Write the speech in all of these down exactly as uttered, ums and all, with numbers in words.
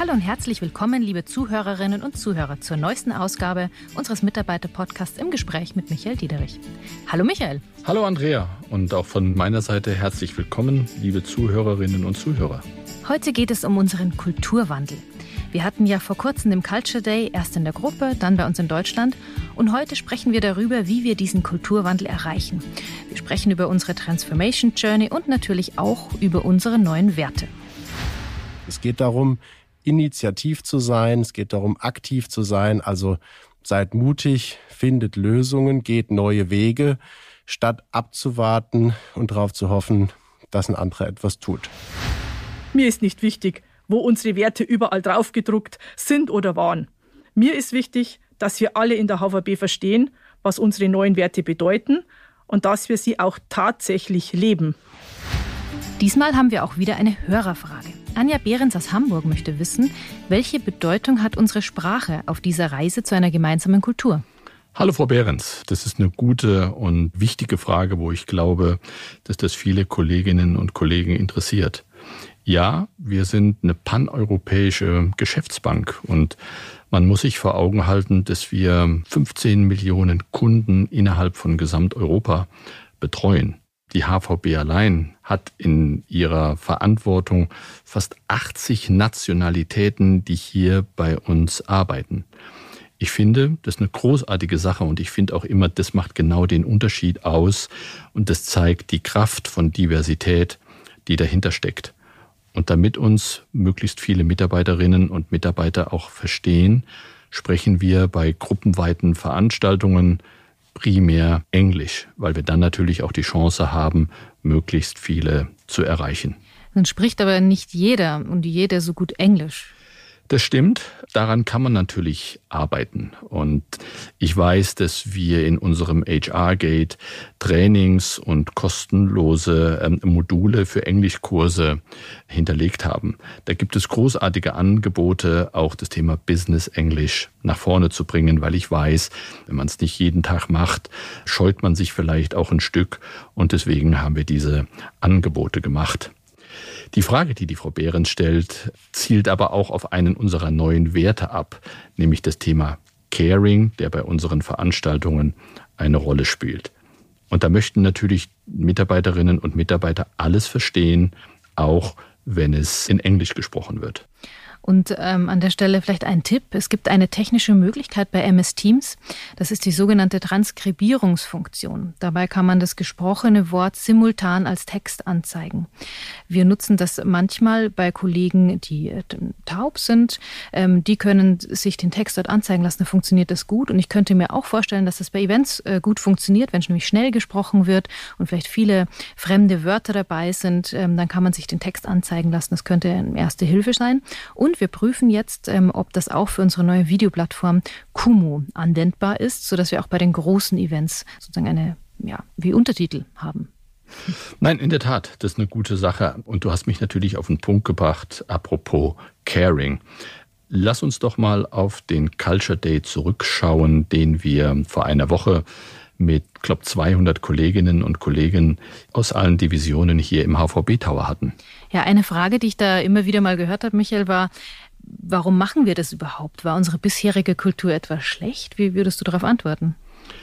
Hallo und herzlich willkommen, liebe Zuhörerinnen und Zuhörer, zur neuesten Ausgabe unseres Mitarbeiter-Podcasts im Gespräch mit Michael Diederich. Hallo Michael. Hallo Andrea und auch von meiner Seite herzlich willkommen, liebe Zuhörerinnen und Zuhörer. Heute geht es um unseren Kulturwandel. Wir hatten ja vor kurzem den Culture Day, erst in der Gruppe, dann bei uns in Deutschland. Und heute sprechen wir darüber, wie wir diesen Kulturwandel erreichen. Wir sprechen über unsere Transformation Journey und natürlich auch über unsere neuen Werte. Es geht darum, initiativ zu sein, es geht darum, aktiv zu sein. Also seid mutig, findet Lösungen, geht neue Wege, statt abzuwarten und darauf zu hoffen, dass ein anderer etwas tut. Mir ist nicht wichtig, wo unsere Werte überall draufgedruckt sind oder waren. Mir ist wichtig, dass wir alle in der H V B verstehen, was unsere neuen Werte bedeuten und dass wir sie auch tatsächlich leben. Diesmal haben wir auch wieder eine Hörerfrage. Anja Behrens aus Hamburg möchte wissen, welche Bedeutung hat unsere Sprache auf dieser Reise zu einer gemeinsamen Kultur? Hallo Frau Behrens, das ist eine gute und wichtige Frage, wo ich glaube, dass das viele Kolleginnen und Kollegen interessiert. Ja, wir sind eine paneuropäische Geschäftsbank und man muss sich vor Augen halten, dass wir fünfzehn Millionen Kunden innerhalb von Gesamteuropa betreuen. Die H V B allein hat in ihrer Verantwortung fast achtzig Nationalitäten, die hier bei uns arbeiten. Ich finde, das ist eine großartige Sache und ich finde auch immer, das macht genau den Unterschied aus und das zeigt die Kraft von Diversität, die dahinter steckt. Und damit uns möglichst viele Mitarbeiterinnen und Mitarbeiter auch verstehen, sprechen wir bei gruppenweiten Veranstaltungen primär Englisch, weil wir dann natürlich auch die Chance haben, möglichst viele zu erreichen. Dann spricht aber nicht jeder und jede so gut Englisch. Das stimmt, daran kann man natürlich arbeiten. Und ich weiß, dass wir in unserem H R-Gate Trainings und kostenlose ähm, Module für Englischkurse hinterlegt haben. Da gibt es großartige Angebote, auch das Thema Business English nach vorne zu bringen, weil ich weiß, wenn man es nicht jeden Tag macht, scheut man sich vielleicht auch ein Stück. Und deswegen haben wir diese Angebote gemacht. Die Frage, die die Frau Behrens stellt, zielt aber auch auf einen unserer neuen Werte ab, nämlich das Thema Caring, der bei unseren Veranstaltungen eine Rolle spielt. Und da möchten natürlich Mitarbeiterinnen und Mitarbeiter alles verstehen, auch wenn es in Englisch gesprochen wird. Und ähm, an der Stelle vielleicht ein Tipp. Es gibt eine technische Möglichkeit bei M S Teams. Das ist die sogenannte Transkribierungsfunktion. Dabei kann man das gesprochene Wort simultan als Text anzeigen. Wir nutzen das manchmal bei Kollegen, die äh, taub sind. Ähm, die können sich den Text dort anzeigen lassen. Da funktioniert das gut. Und ich könnte mir auch vorstellen, dass das bei Events äh, gut funktioniert, wenn es nämlich schnell gesprochen wird und vielleicht viele fremde Wörter dabei sind. Ähm, dann kann man sich den Text anzeigen lassen. Das könnte eine erste Hilfe sein. Und Und wir prüfen jetzt, ähm, ob das auch für unsere neue Videoplattform Kumu anwendbar ist, sodass wir auch bei den großen Events sozusagen eine, ja, wie Untertitel haben. Nein, in der Tat, das ist eine gute Sache. Und du hast mich natürlich auf den Punkt gebracht, apropos Caring. Lass uns doch mal auf den Culture Day zurückschauen, den wir vor einer Woche mit, ich glaube, zweihundert Kolleginnen und Kollegen aus allen Divisionen hier im H V B-Tower hatten. Ja, eine Frage, die ich da immer wieder mal gehört habe, Michael, war, warum machen wir das überhaupt? War unsere bisherige Kultur etwas schlecht? Wie würdest du darauf antworten?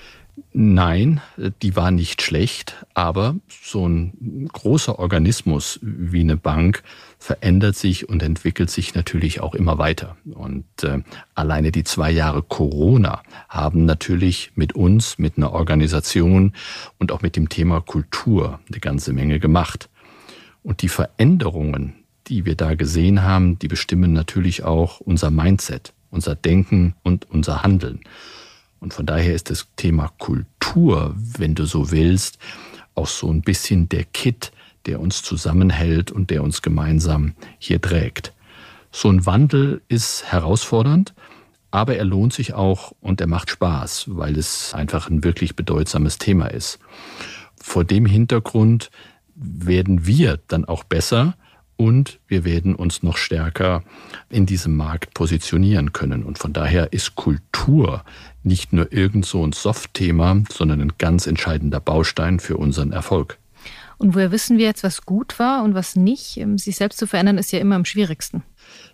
Nein, die war nicht schlecht, aber so ein großer Organismus wie eine Bank verändert sich und entwickelt sich natürlich auch immer weiter. Und äh, alleine die zwei Jahre Corona haben natürlich mit uns, mit einer Organisation und auch mit dem Thema Kultur eine ganze Menge gemacht. Und die Veränderungen, die wir da gesehen haben, die bestimmen natürlich auch unser Mindset, unser Denken und unser Handeln. Und von daher ist das Thema Kultur, wenn du so willst, auch so ein bisschen der Kitt, der uns zusammenhält und der uns gemeinsam hier trägt. So ein Wandel ist herausfordernd, aber er lohnt sich auch und er macht Spaß, weil es einfach ein wirklich bedeutsames Thema ist. Vor dem Hintergrund werden wir dann auch besser und wir werden uns noch stärker in diesem Markt positionieren können. Und von daher ist Kultur nicht nur irgend so ein Soft-Thema, sondern ein ganz entscheidender Baustein für unseren Erfolg. Und woher wissen wir jetzt, was gut war und was nicht? Sich selbst zu verändern ist ja immer am schwierigsten.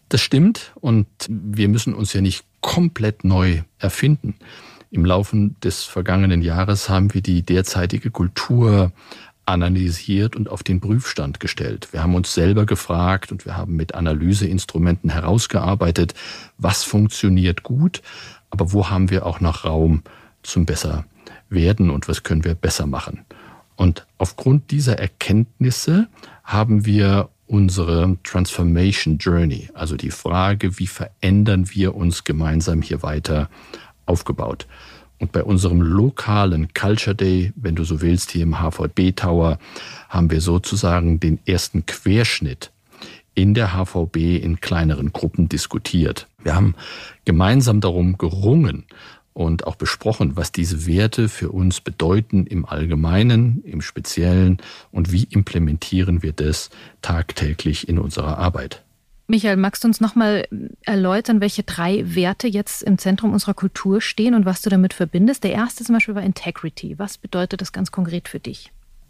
Das stimmt und wir müssen uns ja nicht komplett neu erfinden. Im Laufe des vergangenen Jahres haben wir die derzeitige Kultur analysiert und auf den Prüfstand gestellt. Wir haben uns selber gefragt und wir haben mit Analyseinstrumenten herausgearbeitet, was funktioniert gut, aber wo haben wir auch noch Raum zum Besserwerden und was können wir besser machen. Und aufgrund dieser Erkenntnisse haben wir unsere Transformation Journey, also die Frage, wie verändern wir uns gemeinsam hier weiter, aufgebaut. Und bei unserem lokalen Culture Day, wenn du so willst, hier im H V B Tower, haben wir sozusagen den ersten Querschnitt in der H V B in kleineren Gruppen diskutiert. Wir haben gemeinsam darum gerungen und auch besprochen, was diese Werte für uns bedeuten im Allgemeinen, im Speziellen und wie implementieren wir das tagtäglich in unserer Arbeit. Michael, magst du uns nochmal erläutern, welche drei Werte jetzt im Zentrum unserer Kultur stehen und was du damit verbindest? Der erste zum Beispiel war Integrity. Was bedeutet das ganz konkret für dich?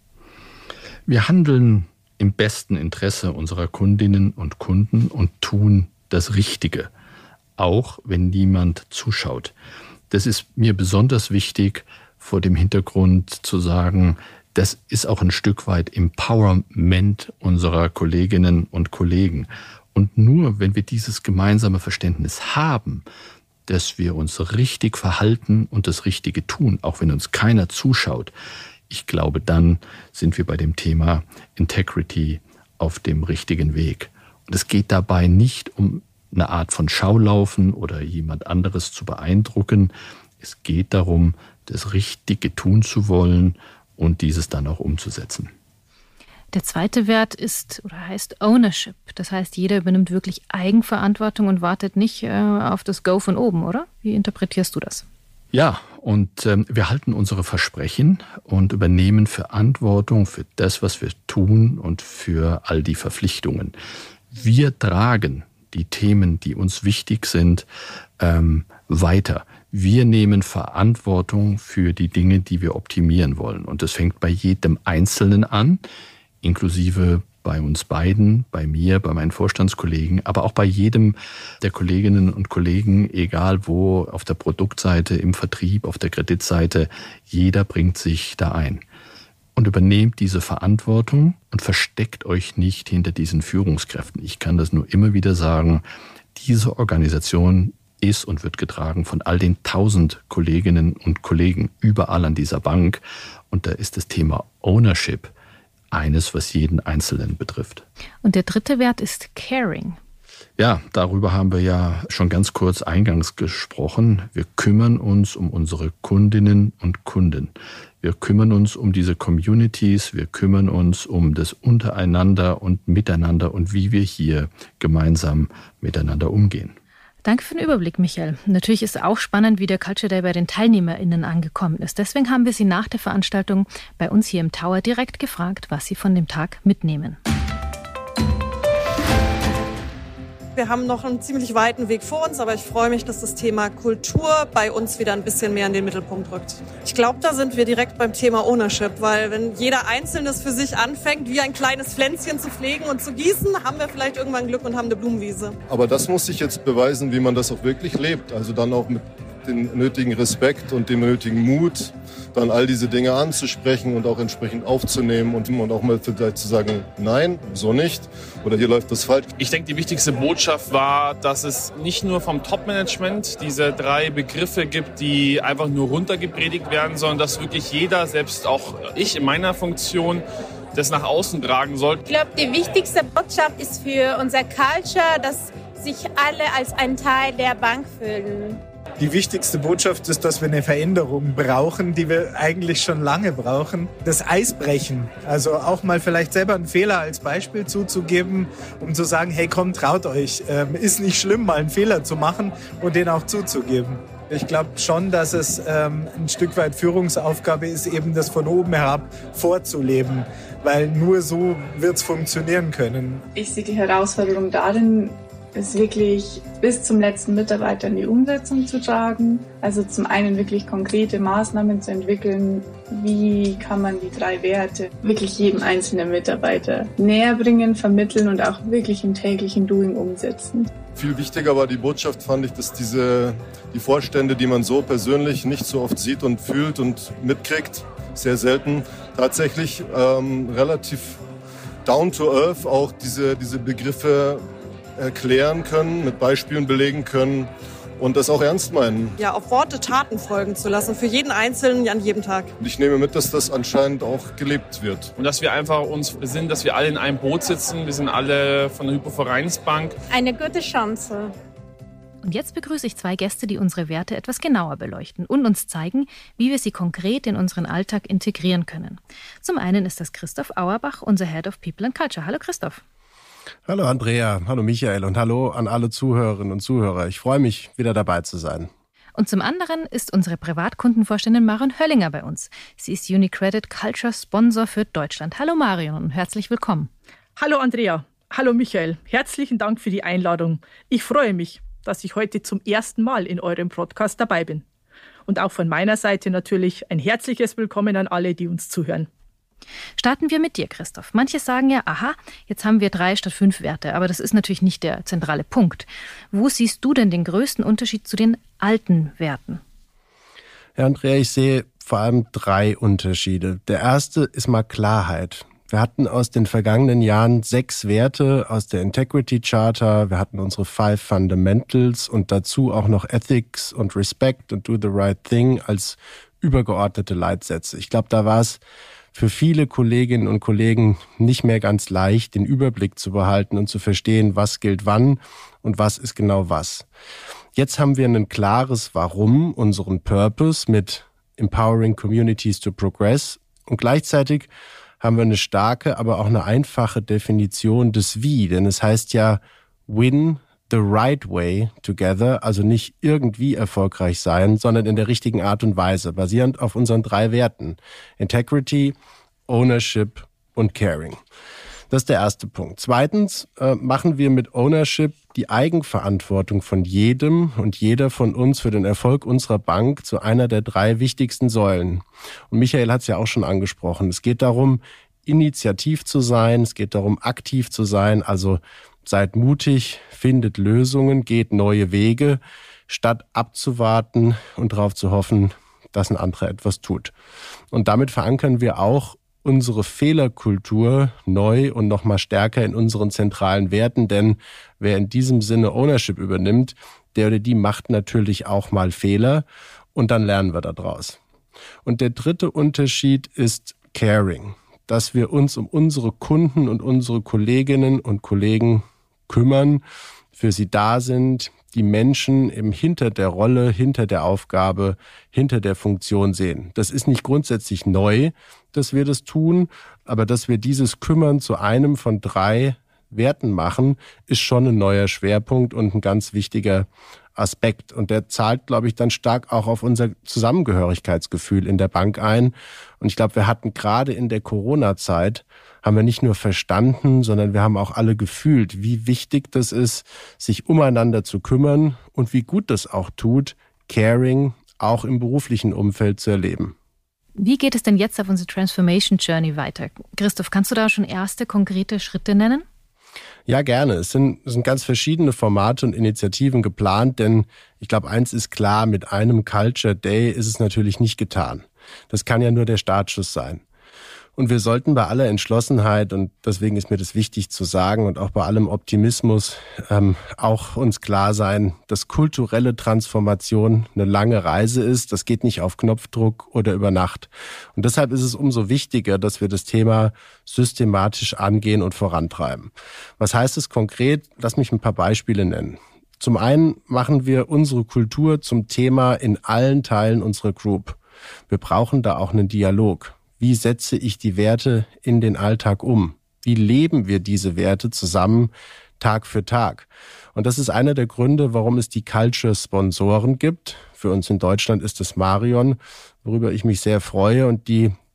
Wir handeln im besten Interesse unserer Kundinnen und Kunden und tun das Richtige, auch wenn niemand zuschaut. Das ist mir besonders wichtig, vor dem Hintergrund zu sagen, das ist auch ein Stück weit Empowerment unserer Kolleginnen und Kollegen. Und nur wenn wir dieses gemeinsame Verständnis haben, dass wir uns richtig verhalten und das Richtige tun, auch wenn uns keiner zuschaut, ich glaube, dann sind wir bei dem Thema Integrity auf dem richtigen Weg. Und es geht dabei nicht um eine Art von Schaulaufen oder jemand anderes zu beeindrucken. Es geht darum, das Richtige tun zu wollen und dieses dann auch umzusetzen. Der zweite Wert ist oder heißt Ownership. Das heißt, jeder übernimmt wirklich Eigenverantwortung und wartet nicht äh, auf das Go von oben, oder? Wie interpretierst du das? Ja, und ähm, wir halten unsere Versprechen und übernehmen Verantwortung für das, was wir tun und für all die Verpflichtungen. Wir tragen die Themen, die uns wichtig sind, ähm, weiter. Wir nehmen Verantwortung für die Dinge, die wir optimieren wollen. Und das fängt bei jedem Einzelnen an, inklusive bei uns beiden, bei mir, bei meinen Vorstandskollegen, aber auch bei jedem der Kolleginnen und Kollegen, egal wo, auf der Produktseite, im Vertrieb, auf der Kreditseite, jeder bringt sich da ein. Und übernehmt diese Verantwortung und versteckt euch nicht hinter diesen Führungskräften. Ich kann das nur immer wieder sagen, diese Organisation ist und wird getragen von all den tausend Kolleginnen und Kollegen überall an dieser Bank. Und da ist das Thema Ownership eines, was jeden Einzelnen betrifft. Und der dritte Wert ist Caring. Ja, darüber haben wir ja schon ganz kurz eingangs gesprochen. Wir kümmern uns um unsere Kundinnen und Kunden. Wir kümmern uns um diese Communities, wir kümmern uns um das Untereinander und Miteinander und wie wir hier gemeinsam miteinander umgehen. Danke für den Überblick, Michael. Natürlich ist auch spannend, wie der Culture Day bei den TeilnehmerInnen angekommen ist. Deswegen haben wir Sie nach der Veranstaltung bei uns hier im Tower direkt gefragt, was Sie von dem Tag mitnehmen. Wir haben noch einen ziemlich weiten Weg vor uns, aber ich freue mich, dass das Thema Kultur bei uns wieder ein bisschen mehr in den Mittelpunkt rückt. Ich glaube, da sind wir direkt beim Thema Ownership, weil wenn jeder Einzelne es für sich anfängt, wie ein kleines Pflänzchen zu pflegen und zu gießen, haben wir vielleicht irgendwann Glück und haben eine Blumenwiese. Aber das muss sich jetzt beweisen, wie man das auch wirklich lebt. Also dann auch mit dem nötigen Respekt und dem nötigen Mut, dann all diese Dinge anzusprechen und auch entsprechend aufzunehmen und, und auch mal vielleicht zu sagen, nein, so nicht oder hier läuft das falsch. Ich denke, die wichtigste Botschaft war, dass es nicht nur vom Top-Management diese drei Begriffe gibt, die einfach nur runtergepredigt werden, sondern dass wirklich jeder, selbst auch ich in meiner Funktion, das nach außen tragen soll. Ich glaube, die wichtigste Botschaft ist für unser Culture, dass sich alle als ein Teil der Bank fühlen. Die wichtigste Botschaft ist, dass wir eine Veränderung brauchen, die wir eigentlich schon lange brauchen. Das Eisbrechen, also auch mal vielleicht selber einen Fehler als Beispiel zuzugeben, um zu sagen, hey komm, traut euch, ähm, ist nicht schlimm, mal einen Fehler zu machen und den auch zuzugeben. Ich glaube schon, dass es ähm, ein Stück weit Führungsaufgabe ist, eben das von oben herab vorzuleben, weil nur so wird es funktionieren können. Ich sehe die Herausforderung darin, ist wirklich bis zum letzten Mitarbeiter in die Umsetzung zu tragen. Also zum einen wirklich konkrete Maßnahmen zu entwickeln, wie kann man die drei Werte wirklich jedem einzelnen Mitarbeiter näher bringen, vermitteln und auch wirklich im täglichen Doing umsetzen. Viel wichtiger war die Botschaft, fand ich, dass diese, die Vorstände, die man so persönlich nicht so oft sieht und fühlt und mitkriegt, sehr selten, tatsächlich ähm, relativ down to earth auch diese, diese Begriffe erklären können, mit Beispielen belegen können und das auch ernst meinen. Ja, auf Worte Taten folgen zu lassen, für jeden Einzelnen an jedem Tag. Und ich nehme mit, dass das anscheinend auch gelebt wird. Und dass wir einfach uns besinnen, dass wir alle in einem Boot sitzen. Wir sind alle von der Hypovereinsbank. Eine gute Chance. Und jetzt begrüße ich zwei Gäste, die unsere Werte etwas genauer beleuchten und uns zeigen, wie wir sie konkret in unseren Alltag integrieren können. Zum einen ist das Christoph Auerbach, unser Head of People and Culture. Hallo Christoph. Hallo Andrea, hallo Michael und hallo an alle Zuhörerinnen und Zuhörer. Ich freue mich, wieder dabei zu sein. Und zum anderen ist unsere Privatkundenvorständin Marion Höllinger bei uns. Sie ist UniCredit Culture Sponsor für Deutschland. Hallo Marion und herzlich willkommen. Hallo Andrea, hallo Michael. Herzlichen Dank für die Einladung. Ich freue mich, dass ich heute zum ersten Mal in eurem Podcast dabei bin. Und auch von meiner Seite natürlich ein herzliches Willkommen an alle, die uns zuhören. Starten wir mit dir, Christoph. Manche sagen ja, aha, jetzt haben wir drei statt fünf Werte, aber das ist natürlich nicht der zentrale Punkt. Wo siehst du denn den größten Unterschied zu den alten Werten? Ja, Andrea, ich sehe vor allem drei Unterschiede. Der erste ist mal Klarheit. Wir hatten aus den vergangenen Jahren sechs Werte aus der Integrity Charter. Wir hatten unsere Five Fundamentals und dazu auch noch Ethics und Respect und Do the Right Thing als übergeordnete Leitsätze. Ich glaube, da war es für viele Kolleginnen und Kollegen nicht mehr ganz leicht, den Überblick zu behalten und zu verstehen, was gilt wann und was ist genau was. Jetzt haben wir ein klares Warum, unseren Purpose mit Empowering Communities to Progress und gleichzeitig haben wir eine starke, aber auch eine einfache Definition des Wie, denn es heißt ja Win the right way together, also nicht irgendwie erfolgreich sein, sondern in der richtigen Art und Weise, basierend auf unseren drei Werten: Integrity, Ownership und Caring. Das ist der erste Punkt. Zweitens äh, machen wir mit Ownership die Eigenverantwortung von jedem und jeder von uns für den Erfolg unserer Bank zu einer der drei wichtigsten Säulen. Und Michael hat es ja auch schon angesprochen. Es geht darum, initiativ zu sein, es geht darum, aktiv zu sein, also seid mutig, findet Lösungen, geht neue Wege, statt abzuwarten und darauf zu hoffen, dass ein anderer etwas tut. Und damit verankern wir auch unsere Fehlerkultur neu und noch mal stärker in unseren zentralen Werten, denn wer in diesem Sinne Ownership übernimmt, der oder die macht natürlich auch mal Fehler und dann lernen wir daraus. Und der dritte Unterschied ist Caring, dass wir uns um unsere Kunden und unsere Kolleginnen und Kollegen kümmern, für sie da sind, die Menschen eben hinter der Rolle, hinter der Aufgabe, hinter der Funktion sehen. Das ist nicht grundsätzlich neu, dass wir das tun, aber dass wir dieses Kümmern zu einem von drei Werten machen, ist schon ein neuer Schwerpunkt und ein ganz wichtiger Aspekt. Und der zahlt, glaube ich, dann stark auch auf unser Zusammengehörigkeitsgefühl in der Bank ein. Und ich glaube, wir hatten gerade in der Corona-Zeit, haben wir nicht nur verstanden, sondern wir haben auch alle gefühlt, wie wichtig das ist, sich umeinander zu kümmern und wie gut das auch tut, Caring auch im beruflichen Umfeld zu erleben. Wie geht es denn jetzt auf unsere Transformation Journey weiter? Christoph, kannst du da schon erste konkrete Schritte nennen? Ja, gerne. Es sind, es sind ganz verschiedene Formate und Initiativen geplant, denn ich glaube, eins ist klar, mit einem Culture Day ist es natürlich nicht getan. Das kann ja nur der Startschuss sein. Und wir sollten bei aller Entschlossenheit, und deswegen ist mir das wichtig zu sagen, und auch bei allem Optimismus ähm, auch uns klar sein, dass kulturelle Transformation eine lange Reise ist. Das geht nicht auf Knopfdruck oder über Nacht. Und deshalb ist es umso wichtiger, dass wir das Thema systematisch angehen und vorantreiben. Was heißt es konkret? Lass mich ein paar Beispiele nennen. Zum einen machen wir unsere Kultur zum Thema in allen Teilen unserer Group. Wir brauchen da auch einen Dialog. Wie setze ich die Werte in den Alltag um? Wie leben wir diese Werte zusammen Tag für Tag? Und das ist einer der Gründe, warum es die Culture-Sponsoren gibt. Für uns in Deutschland ist es Marion, worüber ich mich sehr freue und die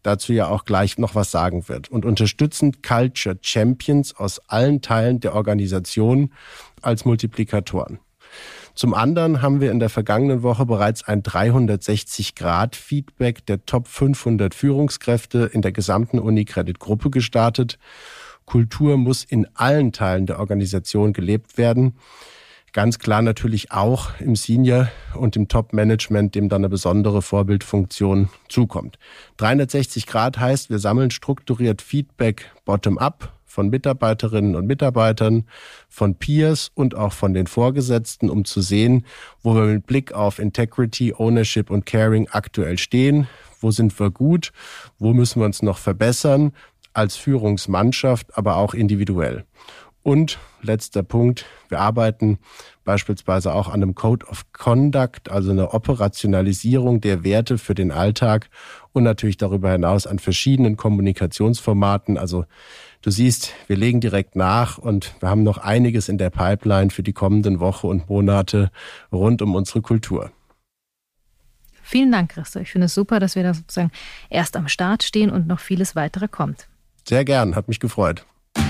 dazu ja auch gleich noch was sagen wird, und unterstützen Culture Champions aus allen Teilen der Organisation als Multiplikatoren. Zum anderen haben wir in der vergangenen Woche bereits ein dreihundertsechzig Grad Feedback der Top fünfhundert Führungskräfte in der gesamten UniCredit-Gruppe gestartet. Kultur muss in allen Teilen der Organisation gelebt werden. Ganz klar natürlich auch im Senior- und im Top-Management, dem dann eine besondere Vorbildfunktion zukommt. dreihundertsechzig Grad heißt, wir sammeln strukturiert Feedback bottom-up von Mitarbeiterinnen und Mitarbeitern, von Peers und auch von den Vorgesetzten, um zu sehen, wo wir mit Blick auf Integrity, Ownership und Caring aktuell stehen, wo sind wir gut, wo müssen wir uns noch verbessern, als Führungsmannschaft, aber auch individuell. Und letzter Punkt, wir arbeiten beispielsweise auch an einem Code of Conduct, also eine Operationalisierung der Werte für den Alltag und natürlich darüber hinaus an verschiedenen Kommunikationsformaten. Also du siehst, wir legen direkt nach und wir haben noch einiges in der Pipeline für die kommenden Wochen und Monate rund um unsere Kultur. Vielen Dank, Christoph. Ich finde es super, dass wir da sozusagen erst am Start stehen und noch vieles weitere kommt. Sehr gern, hat mich gefreut.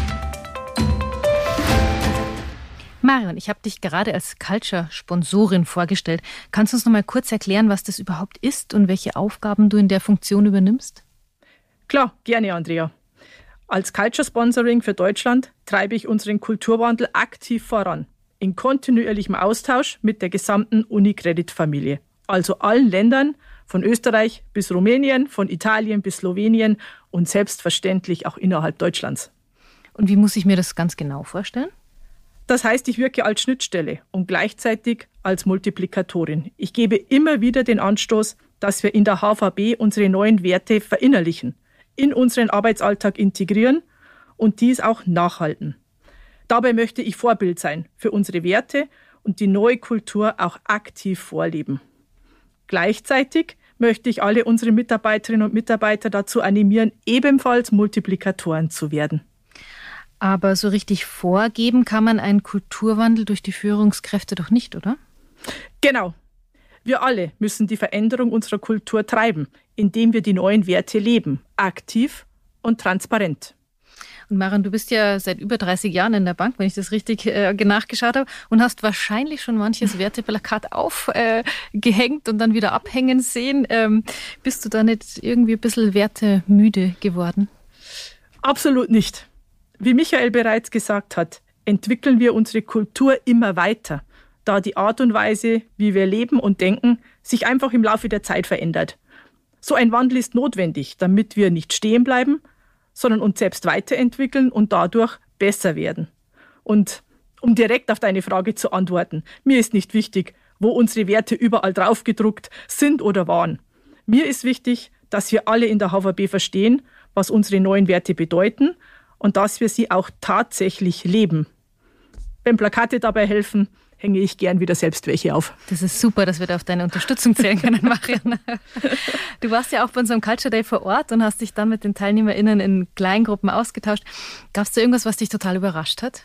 Marion, ich habe dich gerade als Culture-Sponsorin vorgestellt. Kannst du uns noch mal kurz erklären, was das überhaupt ist und welche Aufgaben du in der Funktion übernimmst? Klar, gerne, Andrea. Als Culture-Sponsoring für Deutschland treibe ich unseren Kulturwandel aktiv voran, in kontinuierlichem Austausch mit der gesamten UniCredit-Familie, also allen Ländern, von Österreich bis Rumänien, von Italien bis Slowenien und selbstverständlich auch innerhalb Deutschlands. Und wie muss ich mir das ganz genau vorstellen? Das heißt, ich wirke als Schnittstelle und gleichzeitig als Multiplikatorin. Ich gebe immer wieder den Anstoß, dass wir in der H V B unsere neuen Werte verinnerlichen, in unseren Arbeitsalltag integrieren und dies auch nachhalten. Dabei möchte ich Vorbild sein für unsere Werte und die neue Kultur auch aktiv vorleben. Gleichzeitig möchte ich alle unsere Mitarbeiterinnen und Mitarbeiter dazu animieren, ebenfalls Multiplikatoren zu werden. Aber so richtig vorgeben kann man einen Kulturwandel durch die Führungskräfte doch nicht, oder? Genau. Wir alle müssen die Veränderung unserer Kultur treiben, indem wir die neuen Werte leben, aktiv und transparent. Und Marion, du bist ja seit über dreißig Jahren in der Bank, wenn ich das richtig äh, nachgeschaut habe, und hast wahrscheinlich schon manches Werteplakat aufgehängt äh, und dann wieder abhängen sehen. Ähm, bist du da nicht irgendwie ein bisschen wertemüde geworden? Absolut nicht. Wie Michael bereits gesagt hat, entwickeln wir unsere Kultur immer weiter, da die Art und Weise, wie wir leben und denken, sich einfach im Laufe der Zeit verändert. So ein Wandel ist notwendig, damit wir nicht stehen bleiben, sondern uns selbst weiterentwickeln und dadurch besser werden. Und um direkt auf deine Frage zu antworten, mir ist nicht wichtig, wo unsere Werte überall draufgedruckt sind oder waren. Mir ist wichtig, dass wir alle in der H V B verstehen, was unsere neuen Werte bedeuten, und dass wir sie auch tatsächlich leben. Wenn Plakate dabei helfen, hänge ich gern wieder selbst welche auf. Das ist super, dass wir da auf deine Unterstützung zählen können, Marion. Du warst ja auch bei unserem Culture Day vor Ort und hast dich dann mit den TeilnehmerInnen in Kleingruppen ausgetauscht. Gab es da irgendwas, was dich total überrascht hat?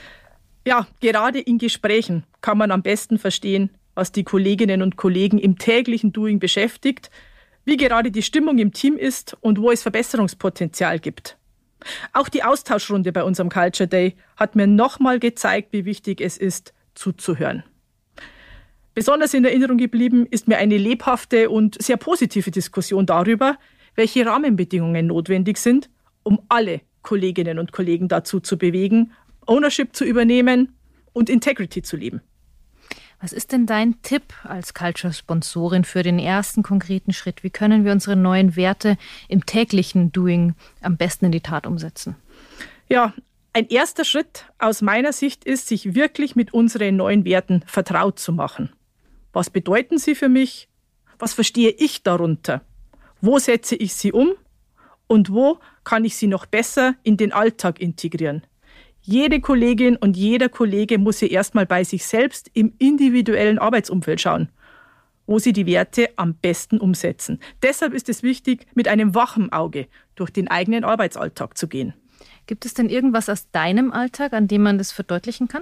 Ja, gerade in Gesprächen kann man am besten verstehen, was die Kolleginnen und Kollegen im täglichen Doing beschäftigt, wie gerade die Stimmung im Team ist und wo es Verbesserungspotenzial gibt. Auch die Austauschrunde bei unserem Culture Day hat mir nochmal gezeigt, wie wichtig es ist, zuzuhören. Besonders in Erinnerung geblieben ist mir eine lebhafte und sehr positive Diskussion darüber, welche Rahmenbedingungen notwendig sind, um alle Kolleginnen und Kollegen dazu zu bewegen, Ownership zu übernehmen und Integrity zu leben. Was ist denn dein Tipp als Culture-Sponsorin für den ersten konkreten Schritt? Wie können wir unsere neuen Werte im täglichen Doing am besten in die Tat umsetzen? Ja, ein erster Schritt aus meiner Sicht ist, sich wirklich mit unseren neuen Werten vertraut zu machen. Was bedeuten sie für mich? Was verstehe ich darunter? Wo setze ich sie um? Und wo kann ich sie noch besser in den Alltag integrieren? Jede Kollegin und jeder Kollege muss hier erstmal bei sich selbst im individuellen Arbeitsumfeld schauen, wo sie die Werte am besten umsetzen. Deshalb ist es wichtig, mit einem wachen Auge durch den eigenen Arbeitsalltag zu gehen. Gibt es denn irgendwas aus deinem Alltag, an dem man das verdeutlichen kann?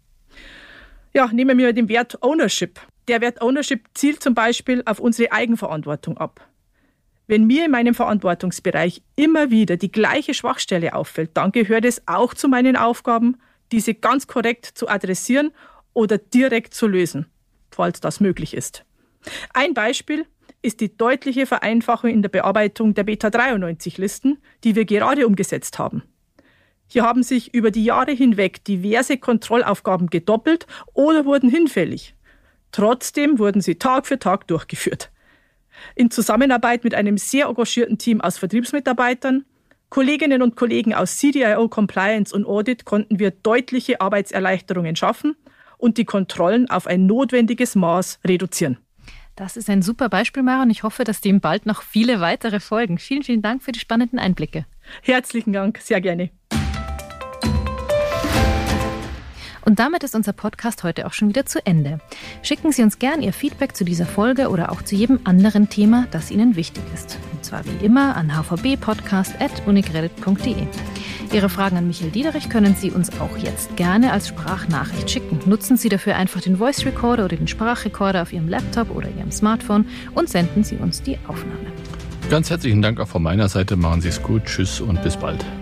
Ja, nehmen wir den Wert Ownership. Der Wert Ownership zielt zum Beispiel auf unsere Eigenverantwortung ab. Wenn mir in meinem Verantwortungsbereich immer wieder die gleiche Schwachstelle auffällt, dann gehört es auch zu meinen Aufgaben, diese ganz korrekt zu adressieren oder direkt zu lösen, falls das möglich ist. Ein Beispiel ist die deutliche Vereinfachung in der Bearbeitung der Beta dreiundneunzig Listen, die wir gerade umgesetzt haben. Hier haben sich über die Jahre hinweg diverse Kontrollaufgaben gedoppelt oder wurden hinfällig. Trotzdem wurden sie Tag für Tag durchgeführt. In Zusammenarbeit mit einem sehr engagierten Team aus Vertriebsmitarbeitern, Kolleginnen und Kollegen aus C D I O, Compliance und Audit konnten wir deutliche Arbeitserleichterungen schaffen und die Kontrollen auf ein notwendiges Maß reduzieren. Das ist ein super Beispiel, Mara, und ich hoffe, dass dem bald noch viele weitere folgen. Vielen, vielen Dank für die spannenden Einblicke. Herzlichen Dank, sehr gerne. Und damit ist unser Podcast heute auch schon wieder zu Ende. Schicken Sie uns gern Ihr Feedback zu dieser Folge oder auch zu jedem anderen Thema, das Ihnen wichtig ist. Und zwar wie immer an h v b podcast at unicredit punkt d e. Ihre Fragen an Michael Diederich können Sie uns auch jetzt gerne als Sprachnachricht schicken. Nutzen Sie dafür einfach den Voice Recorder oder den Sprachrekorder auf Ihrem Laptop oder Ihrem Smartphone und senden Sie uns die Aufnahme. Ganz herzlichen Dank auch von meiner Seite. Machen Sie es gut. Tschüss und bis bald.